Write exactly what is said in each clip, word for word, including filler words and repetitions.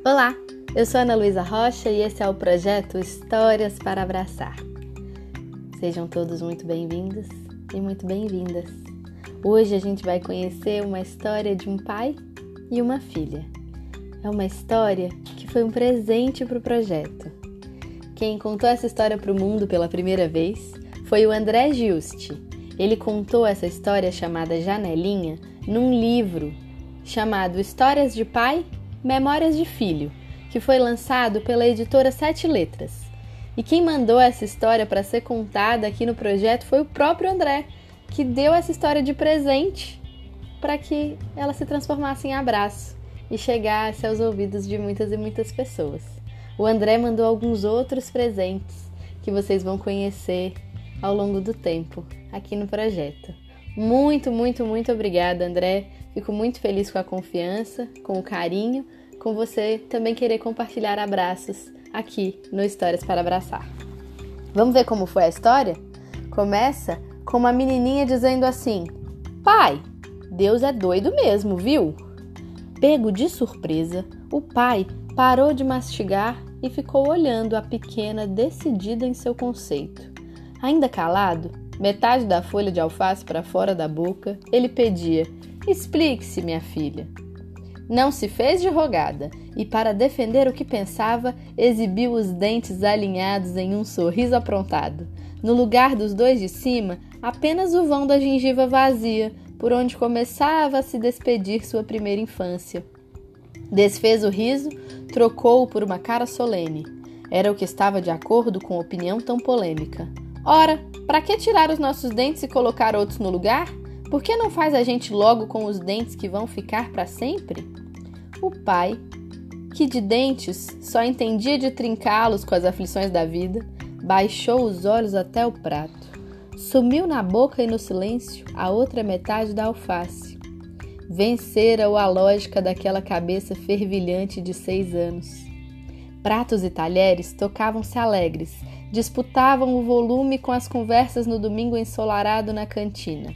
Olá, eu sou Ana Luísa Rocha e esse é o projeto Histórias para Abraçar. Sejam todos muito bem-vindos e muito bem-vindas. Hoje a gente vai conhecer uma história de um pai e uma filha. É uma história que foi um presente para o projeto. Quem contou essa história para o mundo pela primeira vez foi o André Giusti. Ele contou essa história chamada Janelinha num livro chamado Histórias de Pai, Memórias de Filho, que foi lançado pela editora Sete Letras. E quem mandou essa história para ser contada aqui no projeto foi o próprio André, que deu essa história de presente para que ela se transformasse em abraço e chegasse aos ouvidos de muitas e muitas pessoas. O André mandou alguns outros presentes que vocês vão conhecer ao longo do tempo aqui no projeto. Muito, muito, muito obrigada, André. Fico muito feliz com a confiança, com o carinho, com você também querer compartilhar abraços aqui no Histórias para Abraçar. Vamos ver como foi a história? Começa com uma menininha dizendo assim: "Pai, Deus é doido mesmo, viu?" Pego de surpresa, o pai parou de mastigar e ficou olhando a pequena decidida em seu conceito. Ainda calado, metade da folha de alface para fora da boca, ele pedia: "Explique-se, minha filha." Não se fez de rogada e, para defender o que pensava, exibiu os dentes alinhados em um sorriso aprontado. No lugar dos dois de cima, apenas o vão da gengiva vazia, por onde começava a se despedir sua primeira infância. Desfez o riso, trocou-o por uma cara solene. Era o que estava de acordo com a opinião tão polêmica. Ora, para que tirar os nossos dentes e colocar outros no lugar? Por que não faz a gente logo com os dentes que vão ficar para sempre? O pai, que de dentes só entendia de trincá-los com as aflições da vida, baixou os olhos até o prato. Sumiu na boca e no silêncio a outra metade da alface. Vencera-o a lógica daquela cabeça fervilhante de seis anos. Pratos e talheres tocavam-se alegres, disputavam o volume com as conversas no domingo ensolarado na cantina.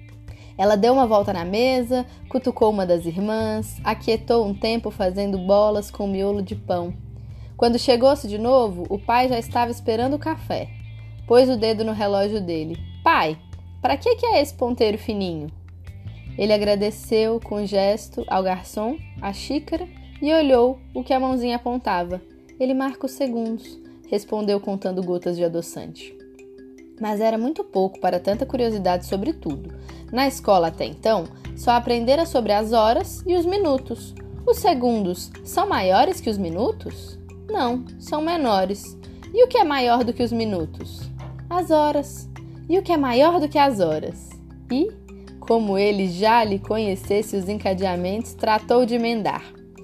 Ela deu uma volta na mesa, cutucou uma das irmãs, aquietou um tempo fazendo bolas com miolo de pão. Quando chegou-se de novo, o pai já estava esperando o café. Pôs o dedo no relógio dele. "Pai, para que que é esse ponteiro fininho?" Ele agradeceu com gesto ao garçom, a xícara, e olhou o que a mãozinha apontava. "Ele marca os segundos", respondeu contando gotas de adoçante. Mas era muito pouco para tanta curiosidade sobre tudo. Na escola até então, só aprendera sobre as horas e os minutos. Os segundos são maiores que os minutos? Não, são menores. E o que é maior do que os minutos? As horas. E o que é maior do que as horas? E, como ele já lhe conhecesse os encadeamentos, tratou de emendar.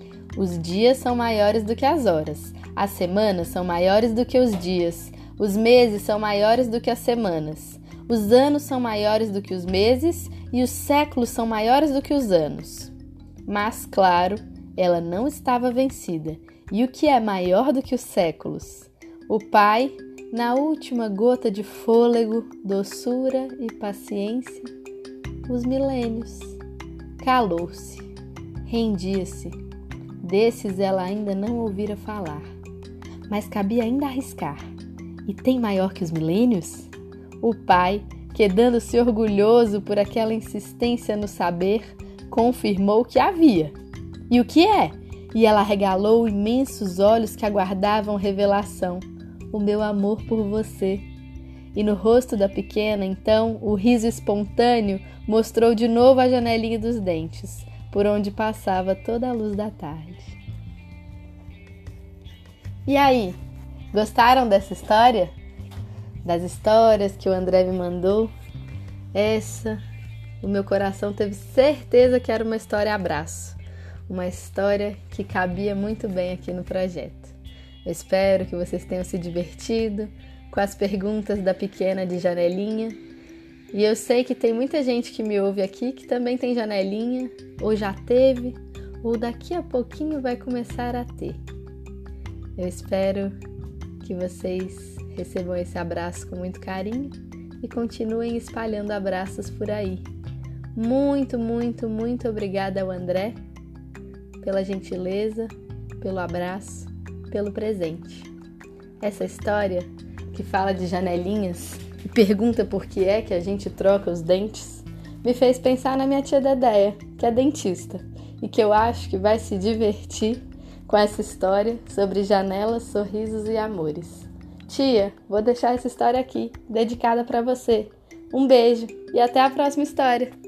Os dias são maiores do que as horas. As semanas são maiores do que os dias. Os meses são maiores do que as semanas. Os anos são maiores do que os meses e os séculos são maiores do que os anos. Mas, claro, ela não estava vencida. E o que é maior do que os séculos? O pai, na última gota de fôlego, doçura e paciência, os milênios. Calou-se, rendia-se. Desses ela ainda não ouvira falar. Mas cabia ainda arriscar. E tem maior que os milênios? O pai, quedando-se orgulhoso por aquela insistência no saber, confirmou que havia. E o que é? E ela arregalou imensos olhos que aguardavam revelação. "O meu amor por você." E no rosto da pequena, então, o riso espontâneo mostrou de novo a janelinha dos dentes, por onde passava toda a luz da tarde. E aí? Gostaram dessa história? Das histórias que o André me mandou? Essa, o meu coração teve certeza que era uma história abraço. Uma história que cabia muito bem aqui no projeto. Eu espero que vocês tenham se divertido com as perguntas da pequena de janelinha. E eu sei que tem muita gente que me ouve aqui que também tem janelinha, ou já teve, ou daqui a pouquinho vai começar a ter. Eu espero que vocês recebam esse abraço com muito carinho e continuem espalhando abraços por aí. Muito, muito, muito obrigada ao André pela gentileza, pelo abraço, pelo presente. Essa história, que fala de janelinhas e pergunta por que é que a gente troca os dentes, me fez pensar na minha tia Dedéia, que é dentista, e que eu acho que vai se divertir com essa história sobre janelas, sorrisos e amores. Tia, vou deixar essa história aqui, dedicada para você. Um beijo e até a próxima história!